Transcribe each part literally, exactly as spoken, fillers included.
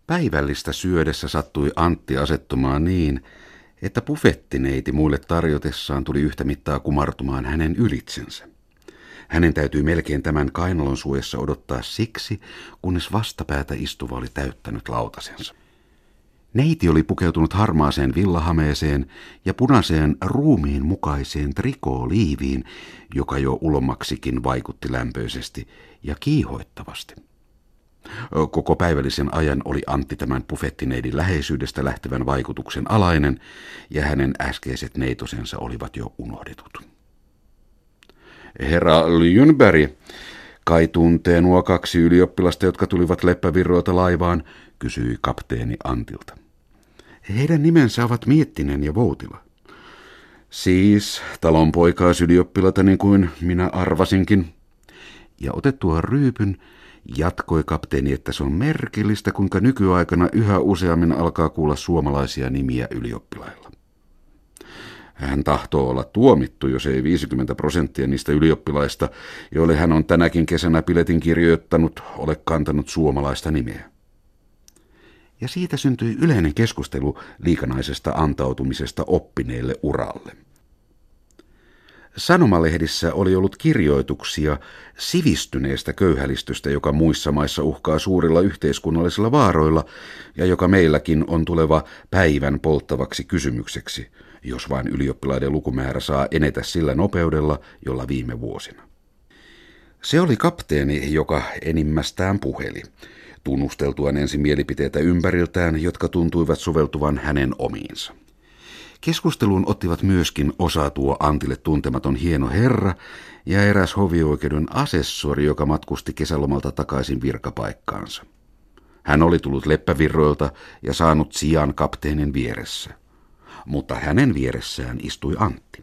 Päivällistä syödessä sattui Antti asettumaan niin, että buffettineiti muille tarjotessaan tuli yhtä mittaa kumartumaan hänen ylitsensä. Hänen täytyi melkein tämän kainalon suojassa odottaa siksi, kunnes vastapäätä istuva oli täyttänyt lautasensa. Neiti oli pukeutunut harmaaseen villahameeseen ja punaiseen ruumiin mukaiseen trikooliiviin, joka jo ulommaksikin vaikutti lämpöisesti ja kiihoittavasti. Koko päivällisen ajan oli Antti tämän buffettineidin läheisyydestä lähtevän vaikutuksen alainen, ja hänen äskeiset neitosensa olivat jo unohdetut. Herra Lyönberg, kai tuntee nuo kaksi ylioppilasta, jotka tulivat Leppävirroilta laivaan, kysyi kapteeni Antilta. Heidän nimensä ovat Miettinen ja Voutila. Siis talonpoikaisylioppilaita niin kuin minä arvasinkin. Ja otettua ryypyn jatkoi kapteeni, että se on merkillistä, kuinka nykyaikana yhä useammin alkaa kuulla suomalaisia nimiä ylioppilailla. Hän tahtoo olla tuomittu, jos ei viisikymmentä prosenttia niistä ylioppilaista, joille hän on tänäkin kesänä piletin kirjoittanut, ole kantanut suomalaista nimeä. Ja siitä syntyi yleinen keskustelu liikanaisesta antautumisesta oppineelle uralle. Sanomalehdissä oli ollut kirjoituksia sivistyneestä köyhälistöstä, joka muissa maissa uhkaa suurilla yhteiskunnallisilla vaaroilla ja joka meilläkin on tuleva päivän polttavaksi kysymykseksi, jos vain ylioppilaiden lukumäärä saa enetä sillä nopeudella, jolla viime vuosina. Se oli kapteeni, joka enimmästään puheli, tunnusteltuaan ensin mielipiteitä ympäriltään, jotka tuntuivat soveltuvan hänen omiinsa. Keskusteluun ottivat myöskin osa tuo Antille tuntematon hieno herra ja eräs hovioikeuden asessori, joka matkusti kesälomalta takaisin virkapaikkaansa. Hän oli tullut Leppävirroilta ja saanut sijan kapteenin vieressä, mutta hänen vieressään istui Antti.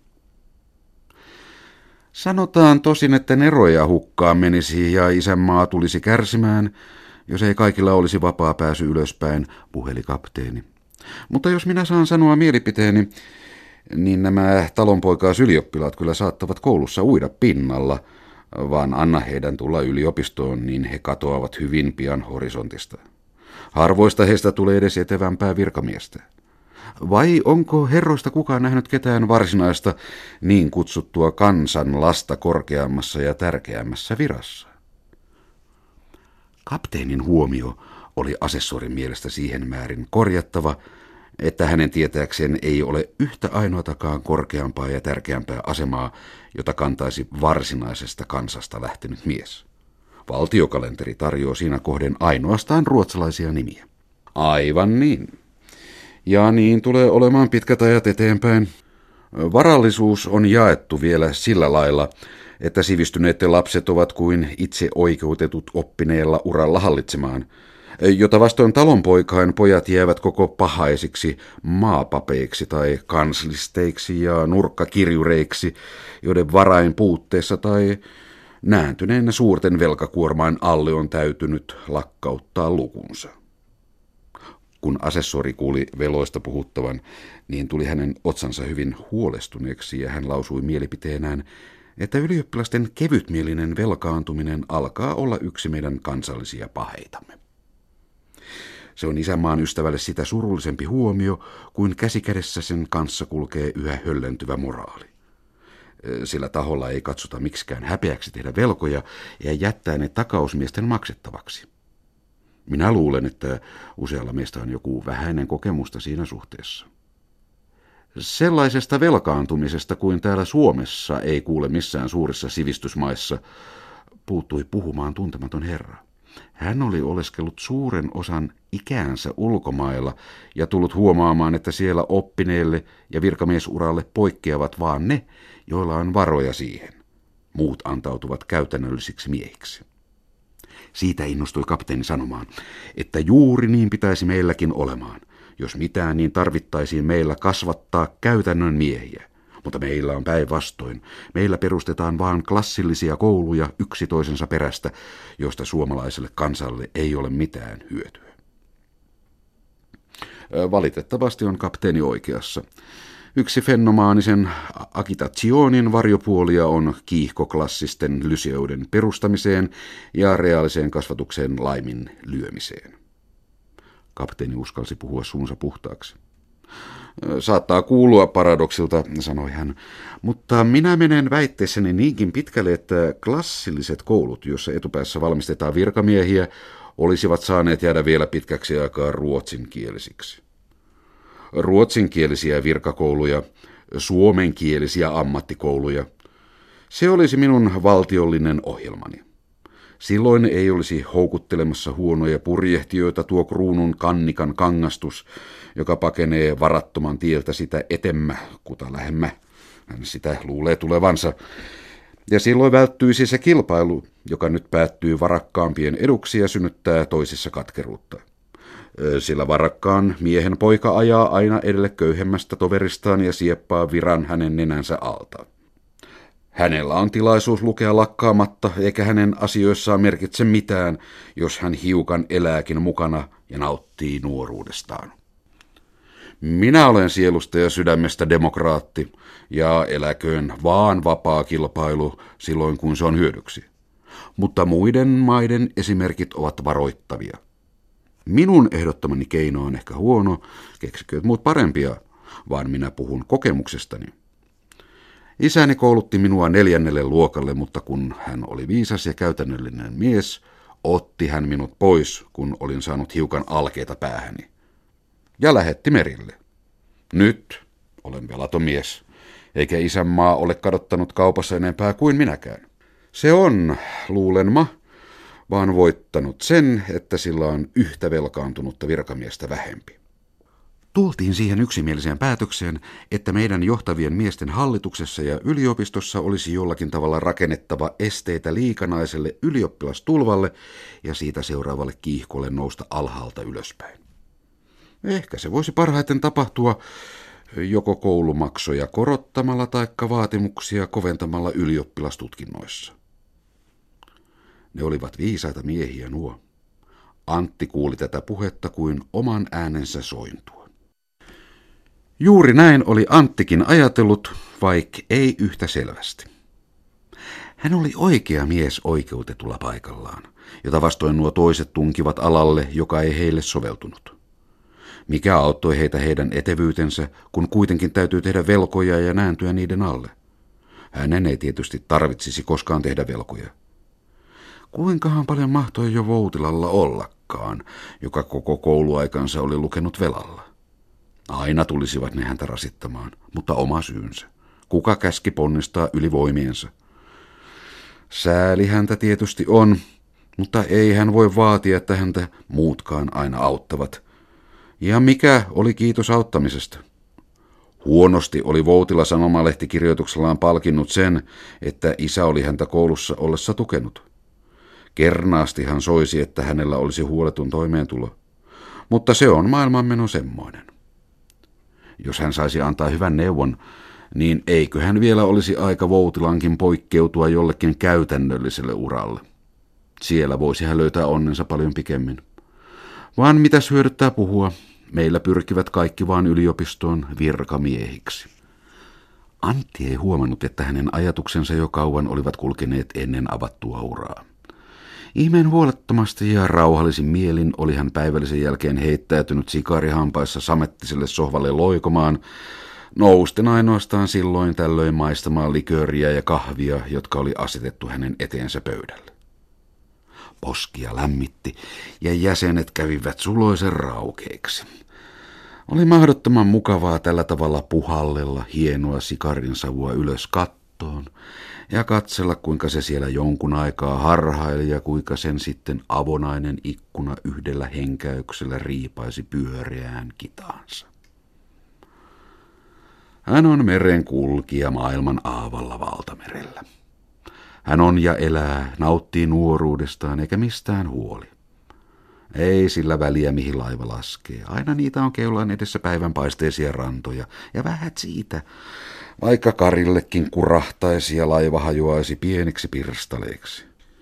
Sanotaan tosin, että neroja hukkaan menisi ja isänmaa tulisi kärsimään, jos ei kaikilla olisi vapaa pääsy ylöspäin, puheli kapteeni. Mutta jos minä saan sanoa mielipiteeni, niin nämä talonpoikaisylioppilaat kyllä saattavat koulussa uida pinnalla, vaan anna heidän tulla yliopistoon, niin he katoavat hyvin pian horisontista. Harvoista heistä tulee edes etevämpää virkamiestä. Vai onko herroista kukaan nähnyt ketään varsinaista niin kutsuttua kansan lasta korkeammassa ja tärkeämmässä virassa? Kapteenin huomio oli asessorin mielestä siihen määrin korjattava, että hänen tietääkseen ei ole yhtä ainoatakaan korkeampaa ja tärkeämpää asemaa, jota kantaisi varsinaisesta kansasta lähtenyt mies. Valtiokalenteri tarjoaa siinä kohden ainoastaan ruotsalaisia nimiä. Aivan niin. Ja niin tulee olemaan pitkät ajat eteenpäin. Varallisuus on jaettu vielä sillä lailla, että sivistyneiden lapset ovat kuin itse oikeutetut oppineella uralla hallitsemaan, jota vastoin talonpoikain pojat jäävät koko pahaisiksi maapapeiksi tai kanslisteiksi ja nurkkakirjureiksi, joiden varain puutteessa tai nääntyneenä suurten velkakuormain alle on täytynyt lakkauttaa lukunsa. Kun asessori kuuli veloista puhuttavan, niin tuli hänen otsansa hyvin huolestuneeksi ja hän lausui mielipiteenään, että ylioppilasten kevytmielinen velkaantuminen alkaa olla yksi meidän kansallisia paheitamme. Se on isänmaan ystävälle sitä surullisempi huomio, kuin käsikädessä sen kanssa kulkee yhä höllentyvä moraali. Sillä taholla ei katsota miksikään häpeäksi tehdä velkoja ja jättää ne takausmiesten maksettavaksi. Minä luulen, että usealla meistä on joku vähäinen kokemusta siinä suhteessa. Sellaisesta velkaantumisesta kuin täällä Suomessa ei kuule missään suurissa sivistysmaissa, puuttui puhumaan tuntematon herra. Hän oli oleskellut suuren osan ikäänsä ulkomailla ja tullut huomaamaan, että siellä oppineelle ja virkamiesuralle poikkeavat vaan ne, joilla on varoja siihen. Muut antautuvat käytännöllisiksi miehiksi. Siitä innostui kapteeni sanomaan, että juuri niin pitäisi meilläkin olemaan. Jos mitään, niin tarvittaisiin meillä kasvattaa käytännön miehiä. Mutta meillä on päinvastoin. Meillä perustetaan vain klassillisia kouluja yksi toisensa perästä, josta suomalaiselle kansalle ei ole mitään hyötyä. Valitettavasti on kapteeni oikeassa. Yksi fenomaanisen agitationin varjopuolia on kiihkoklassisten lyseoiden perustamiseen ja reaaliseen kasvatukseen laimin lyömiseen. Kapteeni uskalsi puhua suunsa puhtaaksi. Saattaa kuulua paradoksilta, sanoi hän, mutta minä menen väitteessäni niinkin pitkälle, että klassilliset koulut, joissa etupäässä valmistetaan virkamiehiä, olisivat saaneet jäädä vielä pitkäksi aikaa ruotsinkielisiksi. Ruotsinkielisiä virkakouluja, suomenkielisiä ammattikouluja, se olisi minun valtiollinen ohjelmani. Silloin ei olisi houkuttelemassa huonoja purjehtijoita tuo kruunun kannikan kangastus, joka pakenee varattoman tieltä sitä etemmä, kuta lähemmä. Hän sitä luulee tulevansa. Ja silloin välttyisi se kilpailu, joka nyt päättyy varakkaampien eduksi ja synnyttää toisissa katkeruutta. Sillä varakkaan miehen poika ajaa aina edelle köyhemmästä toveristaan ja sieppaa viran hänen nenänsä alta. Hänellä on tilaisuus lukea lakkaamatta, eikä hänen asioissaan merkitse mitään, jos hän hiukan elääkin mukana ja nauttii nuoruudestaan. Minä olen sielusta ja sydämestä demokraatti, ja eläköön vaan vapaa kilpailu silloin, kun se on hyödyksi. Mutta muiden maiden esimerkit ovat varoittavia. Minun ehdottamani keino on ehkä huono, keksikööt muut parempia, vaan minä puhun kokemuksestani. Isäni koulutti minua neljännelle luokalle, mutta kun hän oli viisas ja käytännöllinen mies, otti hän minut pois, kun olin saanut hiukan alkeita päähäni. Ja lähetti merille. Nyt olen velaton mies, eikä isänmaa ole kadottanut kaupassa enempää kuin minäkään. Se on, luulenma, vaan voittanut sen, että sillä on yhtä velkaantunutta virkamiestä vähempi. Tultiin siihen yksimieliseen päätökseen, että meidän johtavien miesten hallituksessa ja yliopistossa olisi jollakin tavalla rakennettava esteitä liikanaiselle ylioppilastulvalle ja siitä seuraavalle kiihkolle nousta alhaalta ylöspäin. Ehkä se voisi parhaiten tapahtua joko koulumaksoja korottamalla tai vaatimuksia koventamalla ylioppilastutkinnoissa. Ne olivat viisaita miehiä nuo. Antti kuuli tätä puhetta kuin oman äänensä sointua. Juuri näin oli Anttikin ajatellut, vaikka ei yhtä selvästi. Hän oli oikea mies oikeutetulla paikallaan, jota vastoin nuo toiset tunkivat alalle, joka ei heille soveltunut. Mikä auttoi heitä heidän etevyytensä, kun kuitenkin täytyy tehdä velkoja ja nääntyä niiden alle? Hänen ei tietysti tarvitsisi koskaan tehdä velkoja. Kuinkahan paljon mahtoi jo Voutilalla ollakaan, joka koko kouluaikansa oli lukenut velalla? Aina tulisivat ne häntä rasittamaan, mutta oma syynsä. Kuka käski ponnistaa yli voimiensa? Sääli häntä tietysti on, mutta ei hän voi vaatia, että häntä muutkaan aina auttavat. Ja mikä oli kiitos auttamisesta? Huonosti oli Voutila sanomalehtikirjoituksellaan palkinnut sen, että isä oli häntä koulussa ollessa tukenut. Kernaasti hän soisi, että hänellä olisi huoletun toimeentulo, mutta se on maailmanmeno semmoinen. Jos hän saisi antaa hyvän neuvon, niin eikö hän vielä olisi aika Voutilankin poikkeutua jollekin käytännölliselle uralle. Siellä voisi hän löytää onnensa paljon pikemmin. Vaan mitäs hyödyttää puhua, meillä pyrkivät kaikki vaan yliopistoon virkamiehiksi. Antti ei huomannut, että hänen ajatuksensa jo kauan olivat kulkeneet ennen avattua uraa. Ihmeen huolettomasti ja rauhallisin mielin oli hän päivällisen jälkeen heittäytynyt sikarihampaissa samettiselle sohvalle loikomaan, nousten ainoastaan silloin tällöin maistamaan likööriä ja kahvia, jotka oli asetettu hänen eteensä pöydälle. Poskia lämmitti ja jäsenet kävivät suloisen raukeiksi. Oli mahdottoman mukavaa tällä tavalla puhallella hienoa sikarin savua ylös kattoon ja katsella, kuinka se siellä jonkun aikaa harhaili ja kuinka sen sitten avonainen ikkuna yhdellä henkäyksellä riipaisi pyöreään kitaansa. Hän on merenkulkija maailman aavalla valtamerellä. Hän on ja elää, nauttii nuoruudestaan eikä mistään huoli. Ei sillä väliä, mihin laiva laskee. Aina niitä on keulan edessä päivänpaisteisia rantoja, ja vähät siitä, vaikka karillekin kurahtaisi ja laiva hajoaisi pieniksi pirstaleiksi.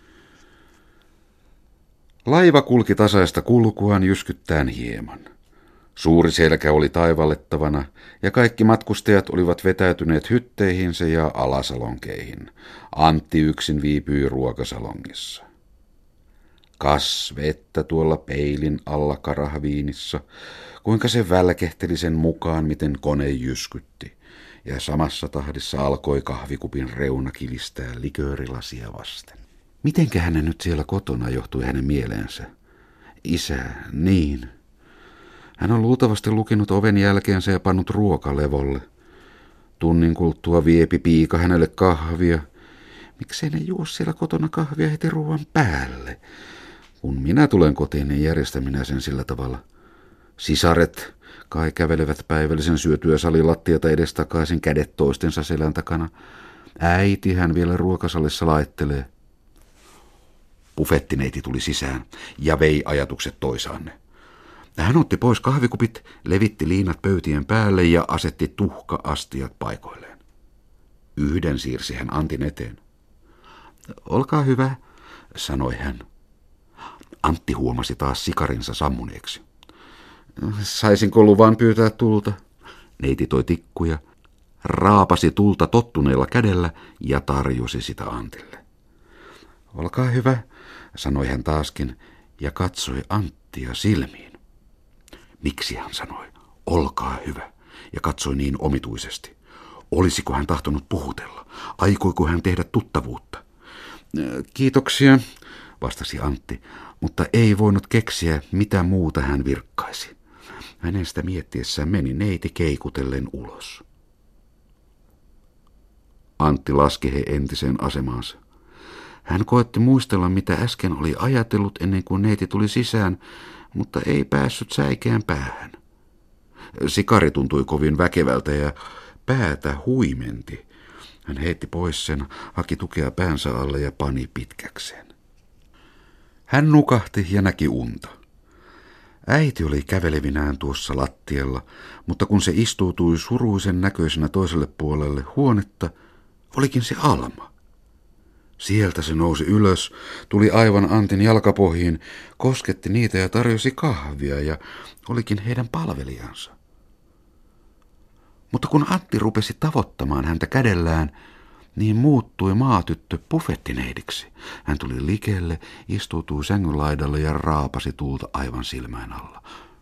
Laiva kulki tasaista kulkuaan jyskyttäen hieman. Suuri selkä oli taivallettavana, ja kaikki matkustajat olivat vetäytyneet hytteihinsä ja alasalonkeihin. Antti yksin viipyi ruokasalongissa. Kas vettä tuolla peilin alla karahviinissa, kuinka se välkehteli sen mukaan, miten kone jyskytti, ja samassa tahdissa alkoi kahvikupin reuna kilistää liköörilasia vasten. Mitenkä hänen nyt siellä kotona, johtui hänen mieleensä? Isä, niin. Hän on luultavasti lukinut oven jälkeensä ja pannut ruokalevolle. Tunnin kuluttua viepi piika hänelle kahvia. Miksei ne juo siellä kotona kahvia heti ruoan päälle? Kun minä tulen kotiin, niin järjestän minä sen sillä tavalla. Sisaret kai kävelevät päivällisen syötyä salilattiata edestakaisin, kädet toistensa selän takana. Äiti hän vielä ruokasalissa laittelee. Buffettineiti tuli sisään ja vei ajatukset toisaanne. Hän otti pois kahvikupit, levitti liinat pöytien päälle ja asetti tuhka-astiat paikoilleen. Yhden siirsi hän Antin eteen. Olkaa hyvä, sanoi hän. Antti huomasi taas sikarinsa sammuneeksi. Saisinko luvan pyytää tulta? Neiti toi tikkuja, raapasi tulta tottuneella kädellä ja tarjosi sitä Antille. Olkaa hyvä, sanoi hän taaskin ja katsoi Anttia silmiin. Miksi hän sanoi, olkaa hyvä, ja katsoi niin omituisesti. Olisiko hän tahtonut puhutella? Aikoiko hän tehdä tuttavuutta? Kiitoksia, vastasi Antti, mutta ei voinut keksiä, mitä muuta hän virkkaisi. Hänestä miettiessään meni neiti keikutellen ulos. Antti laski he entiseen asemaansa. Hän koetti muistella, mitä äsken oli ajatellut ennen kuin neiti tuli sisään, mutta ei päässyt säikeän päähän. Sikari tuntui kovin väkevältä ja päätä huimenti. Hän heitti pois sen, haki tukea päänsä alle ja pani pitkäkseen. Hän nukahti ja näki unta. Äiti oli kävelevinään tuossa lattialla, mutta kun se istuutui suruisen näköisenä toiselle puolelle huonetta, olikin se Alma. Sieltä se nousi ylös, tuli aivan Antin jalkapohjiin, kosketti niitä ja tarjosi kahvia ja olikin heidän palvelijansa. Mutta kun Antti rupesi tavoittamaan häntä kädellään, niin muuttui maatyttö buffettineidiksi. Hän tuli likelle, istuutui sängyn laidalle ja raapasi tuulta aivan silmään alla.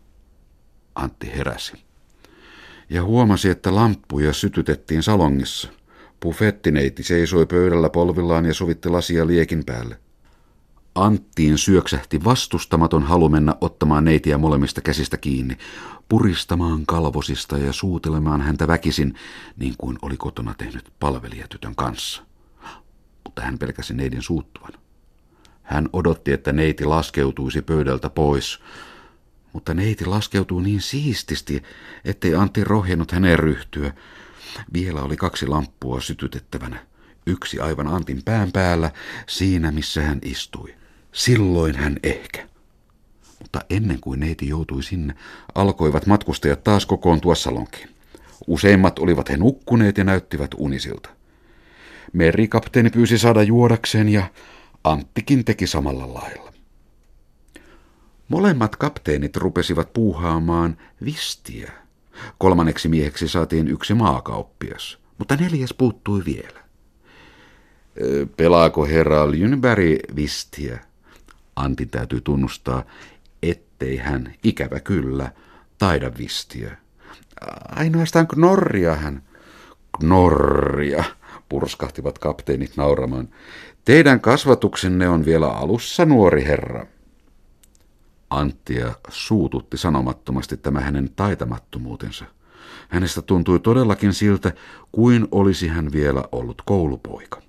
Antti heräsi ja huomasi, että lamppuja sytytettiin salongissa. Buffettineiti seisoi pöydällä polvillaan ja sovitti lasia liekin päälle. Anttiin syöksähti vastustamaton halu mennä ottamaan neitiä molemmista käsistä kiinni, puristamaan kalvosista ja suutelemaan häntä väkisin, niin kuin oli kotona tehnyt palvelijatytön kanssa. Mutta hän pelkäsi neidin suuttuvan. Hän odotti, että neiti laskeutuisi pöydältä pois, mutta neiti laskeutui niin siististi, ettei Antti rohjennut hänen ryhtyä. Vielä oli kaksi lamppua sytytettävänä. Yksi aivan Antin pään päällä, siinä missä hän istui. Silloin hän ehkä. Mutta ennen kuin neiti joutui sinne, alkoivat matkustajat taas kokoontua salonkiin. Useimmat olivat he nukkuneet ja näyttivät unisilta. Merikapteeni pyysi saada juodakseen ja Anttikin teki samalla lailla. Molemmat kapteenit rupesivat puuhaamaan vistiä. Kolmanneksi mieheksi saatiin yksi maakauppias, mutta neljäs puuttui vielä. Pelaako herra Ljungberg vistiä? Antin täytyy tunnustaa, ettei hän, ikävä kyllä, taida vistiä. Ainoastaan Knorria hän. Knorria, purskahtivat kapteenit nauramaan. Teidän kasvatuksenne on vielä alussa, nuori herra. Anttia suututti sanomattomasti tämä hänen taitamattomuutensa. Hänestä tuntui todellakin siltä, kuin olisi hän vielä ollut koulupoika.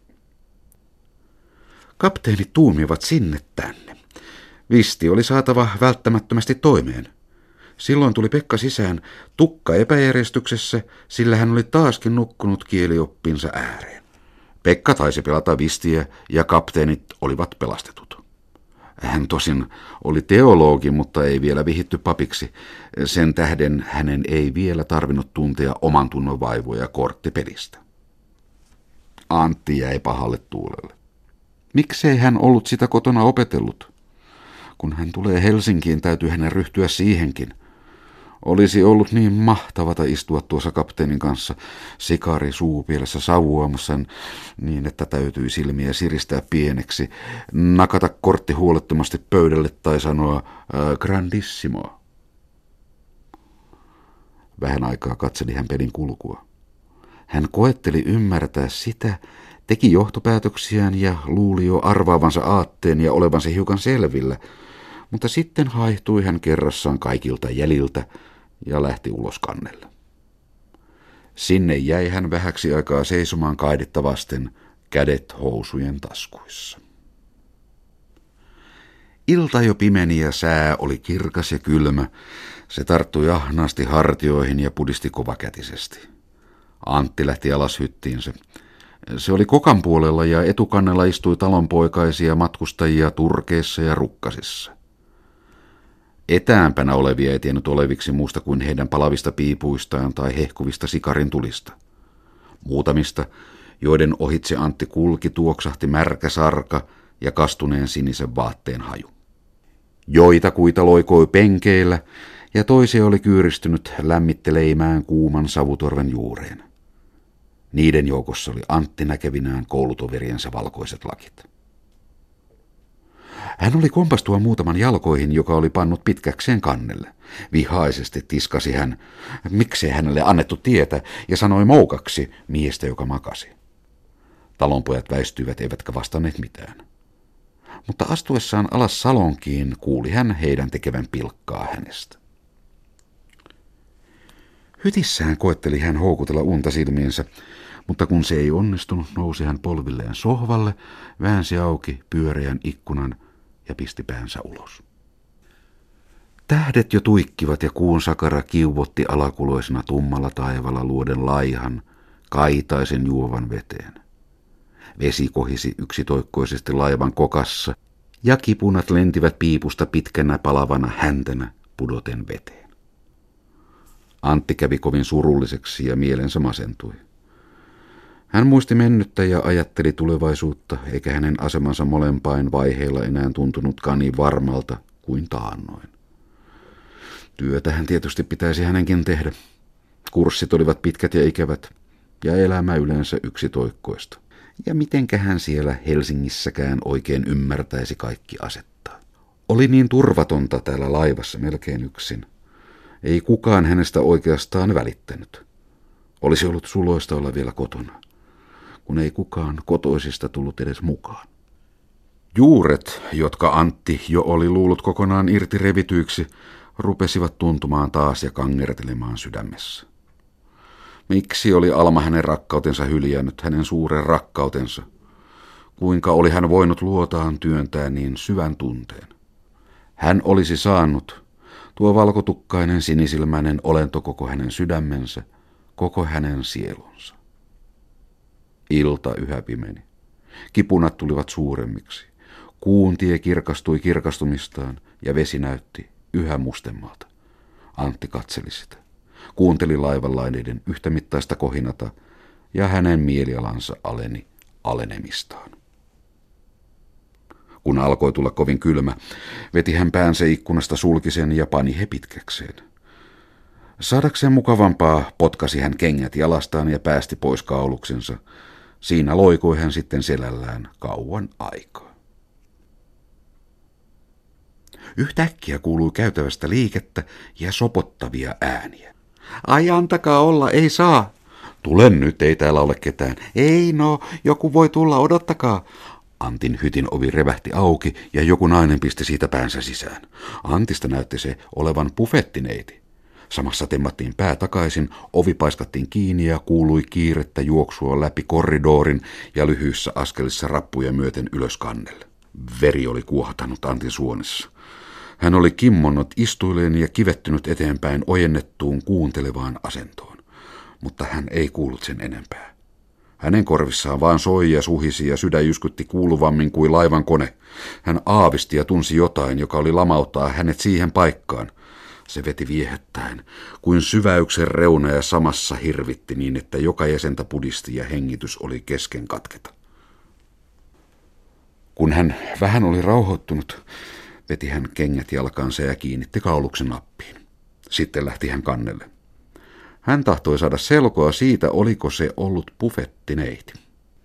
Kapteenit tuumivat sinne tänne. Visti oli saatava välttämättömästi toimeen. Silloin tuli Pekka sisään, tukka epäjärjestyksessä, sillä hän oli taaskin nukkunut kielioppinsa ääreen. Pekka taisi pelata vistiä ja kapteenit olivat pelastetut. Hän tosin oli teologi, mutta ei vielä vihitty papiksi. Sen tähden hänen ei vielä tarvinnut tuntea oman tunnon vaivoja korttipelistä. Antti jäi pahalle tuulelle. Miksei hän ollut sitä kotona opetellut? Kun hän tulee Helsinkiin, täytyy hänen ryhtyä siihenkin. Olisi ollut niin mahtavata istua tuossa kapteenin kanssa sikari suupielessä savuamassa niin, että täytyi silmiä siristää pieneksi, nakata kortti huolettomasti pöydälle tai sanoa äh, grandissimo. Vähän aikaa katseli hän pelin kulkua. Hän koetteli ymmärtää sitä, teki johtopäätöksiään ja luuli jo arvaavansa aatteen ja olevansa hiukan selvillä, mutta sitten haihtui hän kerrassaan kaikilta jäljiltä ja lähti ulos kannelle. Sinne jäi hän vähäksi aikaa seisomaan kaidetta vasten, kädet housujen taskuissa. Ilta jo pimeni ja sää oli kirkas ja kylmä. Se tarttui ahnaasti hartioihin ja pudisti kovakätisesti. Antti lähti alas hyttiinsä. Se oli kokan puolella ja etukannella istui talonpoikaisia matkustajia turkeissa ja rukkasissa. Etäämpänä olevia ei tiennyt oleviksi muusta kuin heidän palavista piipuistaan tai hehkuvista sikarin tulista. Muutamista, joiden ohitse Antti kulki, tuoksahti märkä sarka ja kastuneen sinisen vaatteen haju. Joitakuita loikoi penkeillä ja toisia oli kyyristynyt lämmitteleimään kuuman savutorven juureen. Niiden joukossa oli Antti näkevinään koulutoveriensa valkoiset lakit. Hän oli kompastua muutaman jalkoihin, joka oli pannut pitkäkseen kannelle. Vihaisesti tiskasi hän, miksei hänelle annettu tietä, ja sanoi moukaksi miestä, joka makasi. Talonpojat väistyivät eivätkä vastanneet mitään. Mutta astuessaan alas salonkiin kuuli hän heidän tekevän pilkkaa hänestä. Hytissään koetteli hän houkutella unta silmiinsä, mutta kun se ei onnistunut, nousi hän polvilleen sohvalle, väänsi auki pyöreän ikkunan ja pisti päänsä ulos. Tähdet jo tuikkivat ja kuun sakara kiuvotti alakuloisena tummalla taivalla luoden laihan, kaitaisen juovan veteen. Vesi kohisi yksitoikkoisesti laivan kokassa ja kipunat lentivät piipusta pitkänä palavana häntänä pudoten veteen. Antti kävi kovin surulliseksi ja mielensä masentui. Hän muisti mennyttä ja ajatteli tulevaisuutta, eikä hänen asemansa molempain vaiheilla enää tuntunutkaan niin varmalta kuin taannoin. Työtä hän tietysti pitäisi hänenkin tehdä. Kurssit olivat pitkät ja ikävät, ja elämä yleensä yksitoikkoista. Ja mitenkä hän siellä Helsingissäkään oikein ymmärtäisi kaikki asettaa. Oli niin turvatonta täällä laivassa melkein yksin. Ei kukaan hänestä oikeastaan välittänyt. Olisi ollut suloista olla vielä kotona, kun ei kukaan kotoisista tullut edes mukaan. Juuret, jotka Antti jo oli luullut kokonaan irti revityiksi, rupesivat tuntumaan taas ja kangertelemaan sydämessä. Miksi oli Alma hänen rakkautensa hyljännyt, hänen suuren rakkautensa? Kuinka oli hän voinut luotaan työntää niin syvän tunteen? Hän olisi saanut, tuo valkotukkainen sinisilmäinen olento, koko hänen sydämensä, koko hänen sielunsa. Ilta yhä pimeni. Kipunat tulivat suuremmiksi. Kuun tie kirkastui kirkastumistaan ja vesi näytti yhä mustemmalta. Antti katseli sitä. Kuunteli laivanlaineiden yhtämittaista kohinata ja hänen mielialansa aleni alenemistaan. Kun alkoi tulla kovin kylmä, veti hän päänsä ikkunasta sulkisen ja pani he pitkäkseen. Saadakseen mukavampaa potkasi hän kengät jalastaan ja päästi pois kauluksensa. Siinä loikoi hän sitten selällään kauan aikaa. Yhtäkkiä kuului käytävästä liikettä ja sopottavia ääniä. Ai antakaa olla, ei saa. Tulen nyt, ei täällä ole ketään. Ei no, joku voi tulla, odottakaa. Antin hytin ovi revähti auki ja joku nainen pisti siitä päänsä sisään. Antista näytti se olevan bufettineiti. Samassa temmattiin pää takaisin, ovi paiskattiin kiinni ja kuului kiirettä juoksua läpi korridorin ja lyhyissä askelissa rappuja myöten ylös kannelle. Veri oli kuohtanut Antin suonessa. Hän oli kimmonnut istuilleen ja kivettynyt eteenpäin ojennettuun kuuntelevaan asentoon, mutta hän ei kuullut sen enempää. Hänen korvissaan vaan soi ja suhisi ja sydän jyskytti kuuluvammin kuin laivan kone. Hän aavisti ja tunsi jotain, joka oli lamauttaa hänet siihen paikkaan. Se veti viehättäen, kuin syväyksen reuna ja samassa hirvitti niin, että joka jäsentä pudisti ja hengitys oli kesken katketa. Kun hän vähän oli rauhoittunut, veti hän kengät jalkaansa ja kiinnitti kauluksen nappiin. Sitten lähti hän kannelle. Hän tahtoi saada selkoa siitä, oliko se ollut buffettineiti.